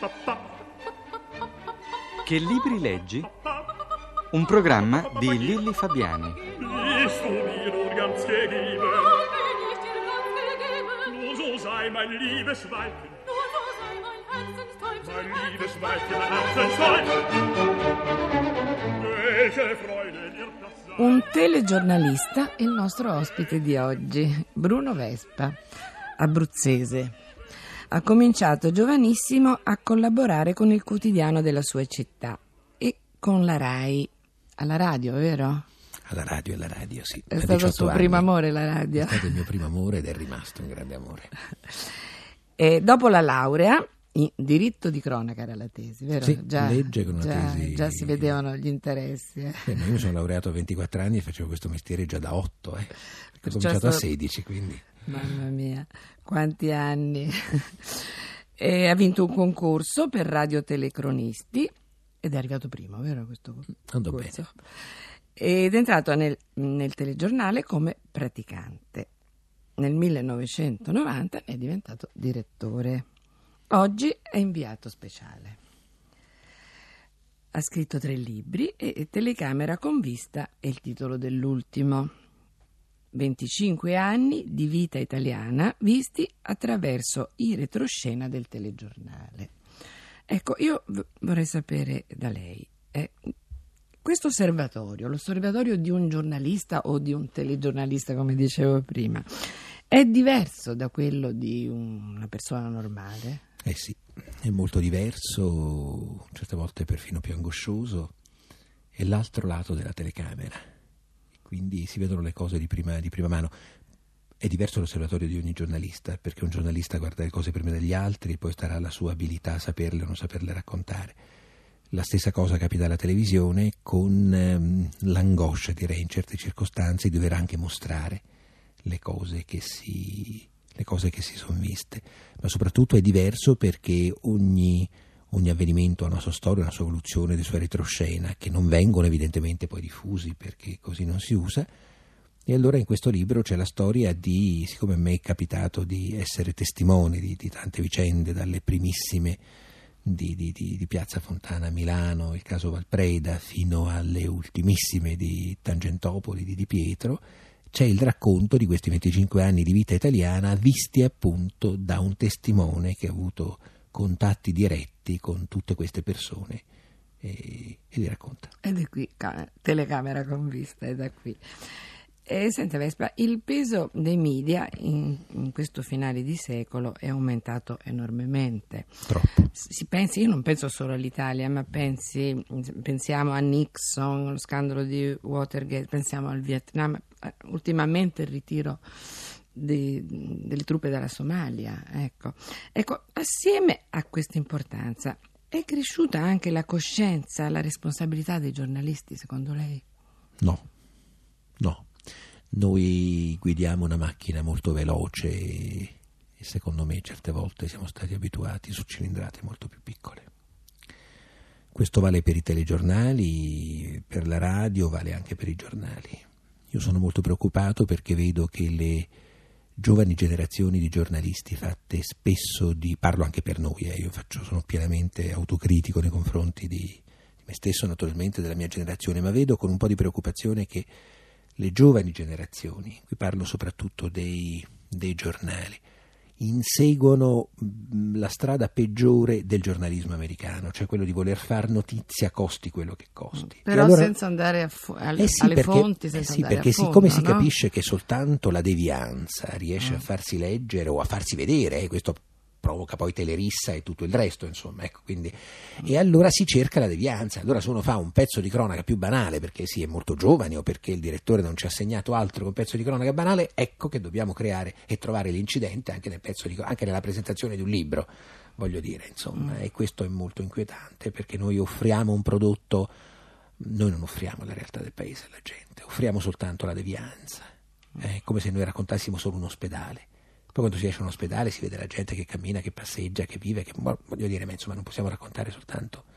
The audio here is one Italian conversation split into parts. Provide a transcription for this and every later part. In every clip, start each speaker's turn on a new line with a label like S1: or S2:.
S1: Che libri leggi? Un programma di Lilli Fabiani.
S2: Bist du mir nur ganz gegeben?
S3: Nun bin ich dir ganz gegeben.
S2: Nur so sei mein liebes Weibchen,
S3: Nur so sei mein Herzenstäubchen.
S2: mein liebes Weibchen, mein Herzenstäubchen. Welche Freude dir das sei.
S4: Un telegiornalista è il nostro ospite di oggi, Bruno Vespa, abruzzese. Ha cominciato giovanissimo a collaborare con il quotidiano della sua città e con la RAI, alla radio, vero?
S5: Alla radio, sì.
S4: È stato il suo primo amore, la radio.
S5: È stato il mio primo amore ed è rimasto un grande amore.
S4: E dopo la laurea, in diritto di cronaca era la tesi, vero?
S5: Sì, legge con una tesi.
S4: Già si vedevano gli interessi.
S5: Ma io mi sono laureato a 24 anni e facevo questo mestiere già da 8, perché ho cominciato a 16, quindi...
S4: Mamma mia, quanti anni. E ha vinto un concorso per radiotelecronisti ed è arrivato primo, vero questo
S5: Andò
S4: concorso?
S5: bene.
S4: Ed è entrato nel telegiornale come praticante. Nel 1990 è diventato direttore. Oggi è inviato speciale. Ha scritto 3 libri e Telecamera con vista è il titolo dell'ultimo. 25 anni di vita italiana visti attraverso i retroscena del telegiornale. Ecco, io vorrei sapere da lei, questo osservatorio, l'osservatorio di un giornalista o di un telegiornalista, come dicevo prima, è diverso da quello di una persona normale?
S5: Sì, è molto diverso, certe volte perfino più angoscioso, è l'altro lato della telecamera. Quindi si vedono le cose di prima mano. È diverso l'osservatorio di ogni giornalista, perché un giornalista guarda le cose prima degli altri, poi starà alla sua abilità a saperle o non saperle raccontare. La stessa cosa capita alla televisione, con l'angoscia, direi, in certe circostanze, di dover anche mostrare le cose che si sono viste. Ma soprattutto è diverso perché ogni avvenimento ha una sua storia, una sua evoluzione, le sue retroscena, che non vengono evidentemente poi diffusi perché così non si usa. E allora in questo libro c'è la storia di, siccome a me è capitato di essere testimone di tante vicende, dalle primissime di Piazza Fontana a Milano, il caso Valpreda, fino alle ultimissime di Tangentopoli, di Di Pietro, c'è il racconto di questi 25 anni di vita italiana visti appunto da un testimone che ha avuto contatti diretti con tutte queste persone e li racconta.
S4: Ed è qui, telecamera con vista, è da qui. Senta Vespa, il peso dei media in questo finale di secolo è aumentato enormemente.
S5: Troppo.
S4: Si pensi, io non penso solo all'Italia, ma pensiamo a Nixon, lo scandalo di Watergate, pensiamo al Vietnam, ultimamente il ritiro delle truppe dalla Somalia. Ecco, assieme a questa importanza è cresciuta anche la coscienza, la responsabilità dei giornalisti, secondo lei?
S5: No. Noi guidiamo una macchina molto veloce e secondo me certe volte siamo stati abituati su cilindrate molto più piccole. Questo vale per i telegiornali, per la radio, vale anche per i giornali. Io sono molto preoccupato perché vedo che le giovani generazioni di giornalisti fatte spesso parlo anche per noi, io sono pienamente autocritico nei confronti di me stesso, naturalmente della mia generazione, ma vedo con un po' di preoccupazione che le giovani generazioni, qui parlo soprattutto dei giornali, inseguono la strada peggiore del giornalismo americano, cioè quello di voler far notizia costi quello che costi.
S4: Però
S5: allora,
S4: senza andare alle
S5: perché,
S4: fonti, senza andare
S5: perché
S4: a fondo,
S5: siccome si
S4: no?
S5: capisce che soltanto la devianza riesce a farsi leggere o a farsi vedere, questo provoca poi telerissa e tutto il resto, insomma, ecco, quindi e allora si cerca la devianza. Allora se uno fa un pezzo di cronaca più banale perché è molto giovane o perché il direttore non ci ha assegnato altro che un pezzo di cronaca banale, ecco che dobbiamo creare e trovare l'incidente anche nel pezzo anche nella presentazione di un libro, voglio dire, insomma, e questo è molto inquietante perché noi offriamo un prodotto, noi non offriamo la realtà del paese alla gente, offriamo soltanto la devianza, come se noi raccontassimo solo un ospedale. Poi quando si esce da un ospedale si vede la gente che cammina, che passeggia, che vive, voglio dire, ma insomma non possiamo raccontare soltanto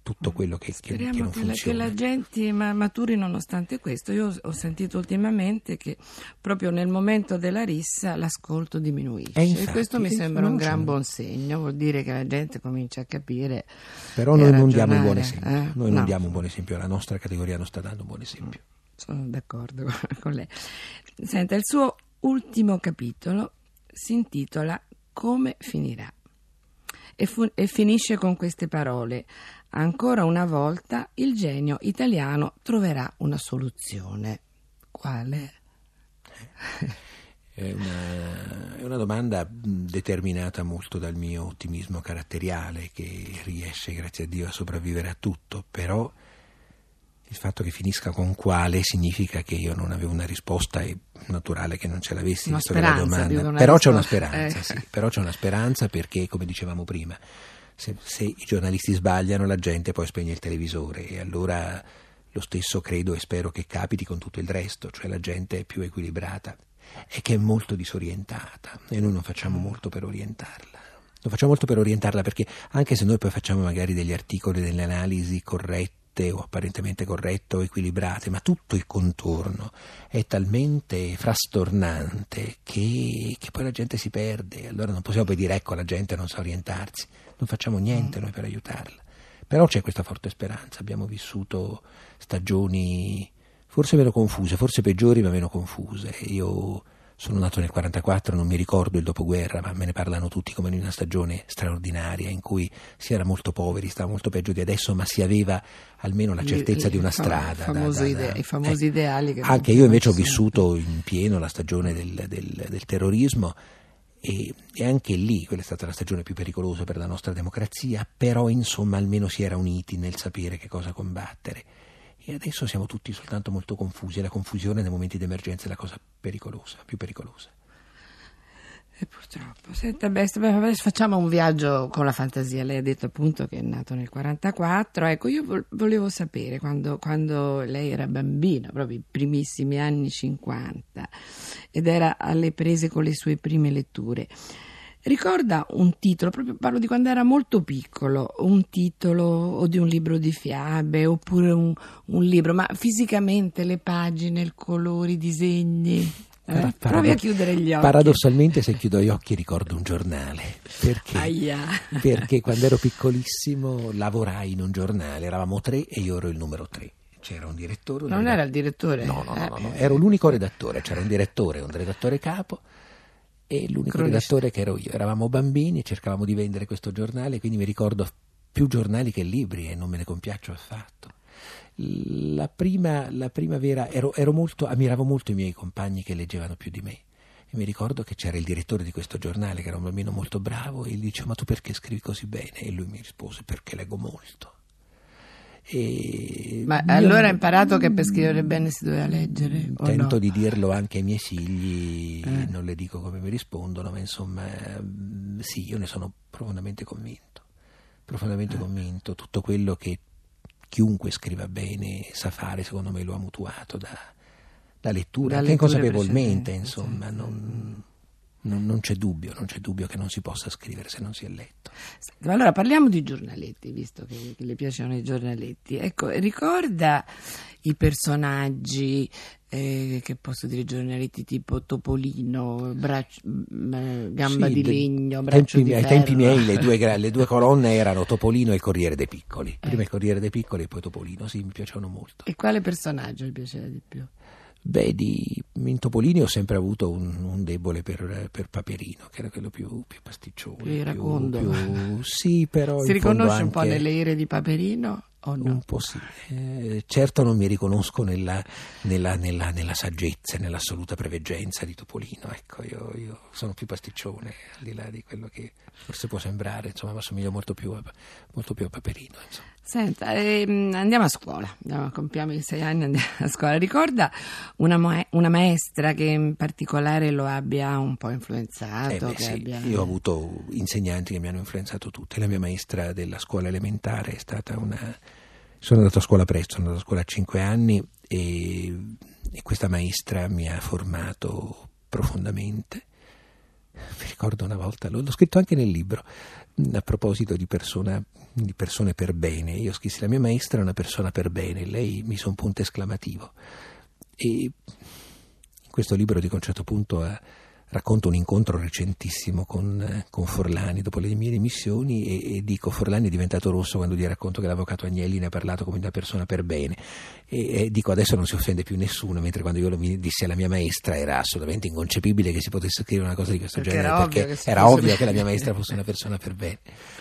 S5: tutto quello che
S4: Speriamo
S5: non
S4: che
S5: funziona.
S4: la gente maturi nonostante questo. Io ho sentito ultimamente che proprio nel momento della rissa l'ascolto diminuisce,
S5: infatti,
S4: e questo mi sembra un gran
S5: c'è-
S4: buon segno, vuol dire che la gente comincia a capire.
S5: Però
S4: e
S5: noi
S4: a
S5: non diamo un buon
S4: ragionare,
S5: esempio, noi non
S4: No,
S5: diamo un buon esempio, la nostra categoria non sta dando un buon esempio.
S4: sono d'accordo con lei. Senta, il suo ultimo capitolo si intitola Come finirà e finisce con queste parole: ancora una volta il genio italiano troverà una soluzione. Quale?
S5: È una domanda determinata molto dal mio ottimismo caratteriale, che riesce, grazie a Dio, a sopravvivere a tutto, però il fatto che finisca con quale significa che io non avevo una risposta, è naturale che non ce l'avessi,
S4: Una
S5: visto che la
S4: speranza, più che
S5: domanda.
S4: una
S5: Però c'è una
S4: risposta.
S5: speranza, sì, però c'è una speranza, perché, come dicevamo prima, se i giornalisti sbagliano, la gente poi spegne il televisore, e allora lo stesso credo e spero che capiti con tutto il resto, cioè la gente è più equilibrata e che è molto disorientata, e noi non facciamo molto per orientarla. Non facciamo molto per orientarla, perché anche se noi poi facciamo magari degli articoli, delle analisi corrette o apparentemente corrette o equilibrate, ma tutto il contorno è talmente frastornante che poi la gente si perde. Allora non possiamo poi dire ecco, la gente non sa orientarsi, non facciamo niente noi per aiutarla. Però c'è questa forte speranza. Abbiamo vissuto stagioni forse meno confuse, forse peggiori ma meno confuse. Io sono nato nel 1944, non mi ricordo il dopoguerra, ma me ne parlano tutti come di una stagione straordinaria in cui si era molto poveri, stava molto peggio di adesso, ma si aveva almeno la certezza di una strada.
S4: I famosi ideali. Che
S5: anche io invece ho vissuto in pieno la stagione del terrorismo, e anche lì quella è stata la stagione più pericolosa per la nostra democrazia, però insomma almeno si era uniti nel sapere che cosa combattere. E adesso siamo tutti soltanto molto confusi, e la confusione nei momenti di emergenza è la cosa pericolosa, più pericolosa.
S4: E purtroppo. Senta, adesso facciamo un viaggio con la fantasia. Lei ha detto appunto che è nato nel 1944. Ecco, io volevo sapere, quando lei era bambino, proprio i primissimi anni 50, ed era alle prese con le sue prime letture, ricorda un titolo, proprio parlo di quando era molto piccolo, un titolo o di un libro di fiabe, oppure un libro, ma fisicamente le pagine, il colore, i disegni? Provi a chiudere gli occhi.
S5: Paradossalmente, se chiudo gli occhi ricordo un giornale, perché quando ero piccolissimo lavorai in un giornale, eravamo 3 e io ero il numero 3. C'era un direttore.
S4: Non era il direttore?
S5: No, ero l'unico redattore, c'era un direttore e un redattore capo, e l'unico redattore che ero io. Eravamo bambini e cercavamo di vendere questo giornale, quindi mi ricordo più giornali che libri e non me ne compiaccio affatto. La prima vera, ammiravo molto i miei compagni che leggevano più di me, e mi ricordo che c'era il direttore di questo giornale che era un bambino molto bravo, e gli dicevo: ma tu perché scrivi così bene? E lui mi rispose: perché leggo molto.
S4: Ma allora hai imparato che per scrivere bene si doveva leggere?
S5: Tento di dirlo anche ai miei figli, non le dico come mi rispondono, ma insomma sì, io ne sono profondamente convinto. Tutto quello che chiunque scriva bene sa fare, secondo me lo ha mutuato da lettura, anche inconsapevolmente, insomma, non c'è dubbio che non si possa scrivere se non si è letto.
S4: Allora parliamo di giornaletti, visto che le piacciono i giornaletti. Ecco, ricorda i personaggi, che posso dire, giornaletti tipo Topolino, Gamba di legno, Braccio di ferro.
S5: Ai tempi miei le due colonne erano Topolino e il Corriere dei Piccoli. Prima il Corriere dei Piccoli e poi Topolino, sì, mi piacevano molto.
S4: E quale personaggio mi piaceva di più?
S5: Beh, in Topolini ho sempre avuto un debole per Paperino, che era quello più pasticcione.
S4: Più iracondo.
S5: Sì, però
S4: si riconosce un po' nelle ire di Paperino o no?
S5: Un po' sì. Certo non mi riconosco nella saggezza, nell'assoluta preveggenza di Topolino. Ecco, io sono più pasticcione, al di là di quello che forse può sembrare, insomma, ma somiglio molto più a Paperino, insomma.
S4: Senta, andiamo a scuola, compiamo i 6 anni, andiamo a scuola. Ricorda una maestra che in particolare lo abbia un po' influenzato?
S5: Io ho avuto insegnanti che mi hanno influenzato tutte. La mia maestra della scuola elementare è stata sono andato a scuola presto, sono andato a scuola a 5 anni e questa maestra mi ha formato profondamente. Mi ricordo una volta, l'ho scritto anche nel libro, a proposito di persone per bene. Io scrissi: la mia maestra è una persona per bene, lei mise un punto esclamativo. E in questo libro, dico, a un certo punto racconto un incontro recentissimo con Forlani dopo le mie dimissioni, e dico: Forlani è diventato rosso quando gli racconto che l'avvocato Agnelli ne ha parlato come una persona per bene, e dico: adesso non si offende più nessuno, mentre quando io lo dissi alla mia maestra era assolutamente inconcepibile che si potesse scrivere una cosa di questo genere, perché era ovvio che la mia maestra fosse una persona per bene.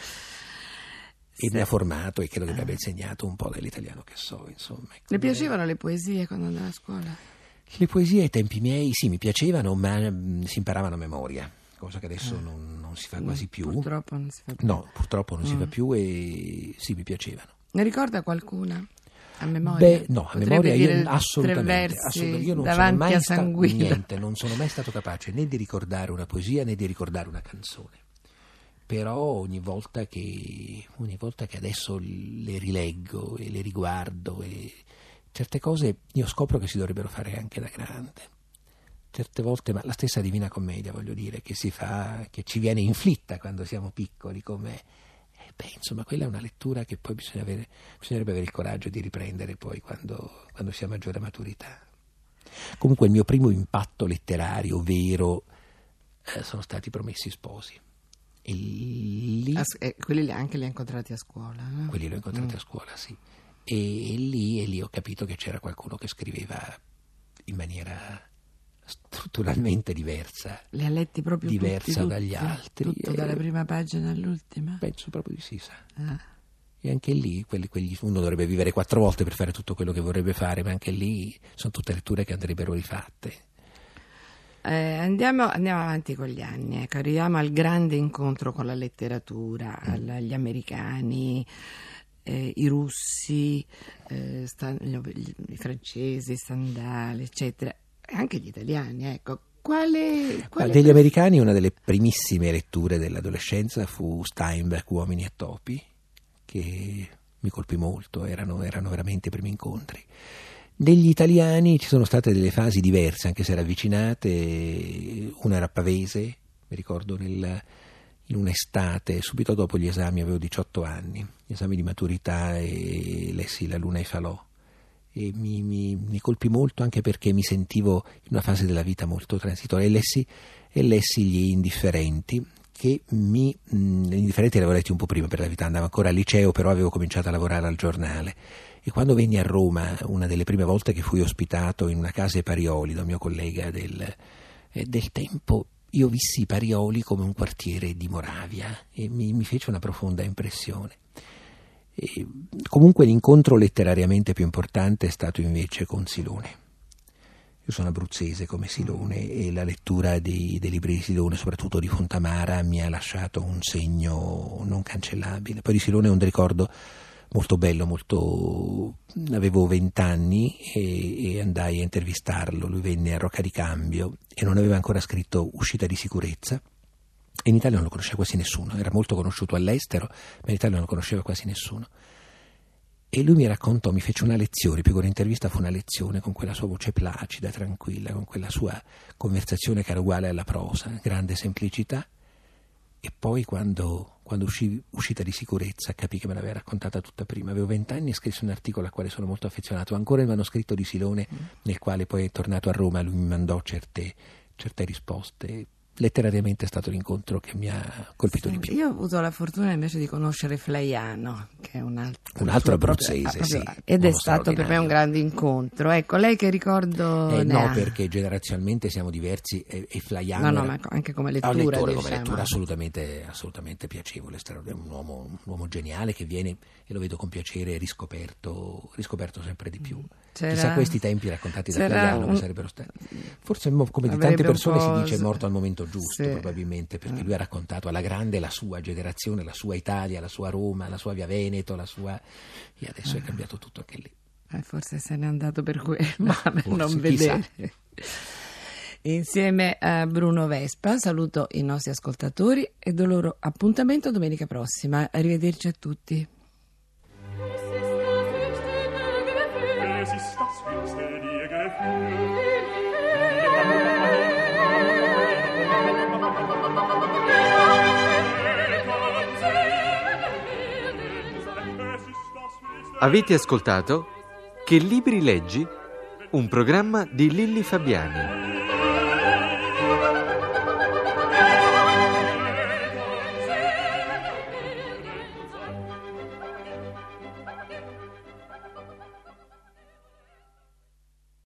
S5: E mi ha formato, e credo che mi abbia insegnato un po' dell'italiano che so, insomma.
S4: Le piacevano le poesie quando andava a scuola?
S5: Le poesie ai tempi miei sì, mi piacevano, ma si imparavano a memoria, cosa che adesso non si fa quasi più.
S4: Purtroppo non si fa più.
S5: No, purtroppo non si fa più, e sì, mi piacevano.
S4: Ne ricorda qualcuna a memoria?
S5: Beh, no, a memoria io assolutamente. Io non sono mai non sono mai stato capace né di ricordare una poesia né di ricordare una canzone. Però ogni volta che adesso le rileggo e le riguardo, e certe cose io scopro che si dovrebbero fare anche da grande. Certe volte, ma la stessa Divina Commedia, voglio dire, che si fa, che ci viene inflitta quando siamo piccoli, come insomma, quella è una lettura che poi bisognerebbe avere il coraggio di riprendere poi quando si ha maggiore maturità. Comunque il mio primo impatto letterario vero sono stati Promessi Sposi. E lì,
S4: quelli anche li hai incontrati a scuola, no?
S5: Quelli li ho incontrati a scuola, sì. E lì ho capito che c'era qualcuno che scriveva in maniera strutturalmente diversa.
S4: Li ha letti proprio
S5: diversa
S4: tutti,
S5: dagli altri.
S4: Tutto dalla prima pagina all'ultima?
S5: Penso proprio di sì, sa. E anche lì uno dovrebbe vivere 4 volte per fare tutto quello che vorrebbe fare, ma anche lì sono tutte letture che andrebbero rifatte.
S4: Andiamo avanti con gli anni, ecco, arriviamo al grande incontro con la letteratura, gli americani, i russi, i francesi, Stendhal, eccetera, anche gli italiani, ecco.
S5: Degli americani una delle primissime letture dell'adolescenza fu Steinbeck, Uomini e topi, che mi colpì molto, erano veramente i primi incontri. Degli italiani ci sono state delle fasi diverse, anche se ravvicinate. Una era Pavese, mi ricordo in un'estate, subito dopo gli esami, avevo 18 anni, gli esami di maturità, e lessi La luna e i falò, e mi colpì molto, anche perché mi sentivo in una fase della vita molto transitoria, e lessi Gli indifferenti, che gli indifferenti li avevo letti un po' prima, per la verità andavo ancora al liceo, però avevo cominciato a lavorare al giornale. E quando venni a Roma, una delle prime volte che fui ospitato in una casa ai Parioli da un mio collega del tempo, io vissi i Parioli come un quartiere di Moravia, e mi fece una profonda impressione. E comunque l'incontro letterariamente più importante è stato invece con Silone. Io sono abruzzese come Silone, e la lettura dei libri di Silone, soprattutto di Fontamara, mi ha lasciato un segno non cancellabile. Poi di Silone ho un ricordo molto bello, avevo 20 anni e andai a intervistarlo. Lui venne a Rocca di Cambio e non aveva ancora scritto Uscita di sicurezza, e in Italia non lo conosceva quasi nessuno, era molto conosciuto all'estero, ma in Italia non lo conosceva quasi nessuno. E lui mi raccontò, mi fece una lezione, più che un'intervista fu una lezione, con quella sua voce placida, tranquilla, con quella sua conversazione che era uguale alla prosa, grande semplicità. E poi quando Uscita di sicurezza, capì che me l'aveva raccontata tutta prima. Avevo 20 anni e scrissi un articolo al quale sono molto affezionato, ancora il manoscritto di Silone, nel quale poi è tornato a Roma, lui mi mandò certe risposte. Letterariamente è stato l'incontro che mi ha colpito di più.
S4: Io ho avuto la fortuna invece di conoscere Flaiano, che è un altro
S5: abruzzese, sì,
S4: ed è stato per me un grande incontro. Ecco, lei che ricordo ne
S5: no,
S4: ha?
S5: Perché generazionalmente siamo diversi, e Flaiano
S4: no, ma anche come lettura,
S5: come lettura assolutamente piacevole. È un uomo geniale che viene, e lo vedo con piacere, riscoperto sempre di più. Chissà questi tempi raccontati da Flaiano che sarebbero stati, forse come di tante persone si dice, è morto al momento giusto, sì, probabilmente, perché lui ha raccontato alla grande la sua generazione, la sua Italia, la sua Roma, la sua Via Veneto, e adesso è cambiato tutto anche lì.
S4: Forse se n'è andato per quello, per non
S5: chissà.
S4: vedere. Insieme a Bruno Vespa saluto i nostri ascoltatori e do loro appuntamento domenica prossima. Arrivederci a tutti.
S2: Es ist das höchste dir Gefühl.
S1: Avete ascoltato Che libri leggi? Un programma di Lilli Fabiani.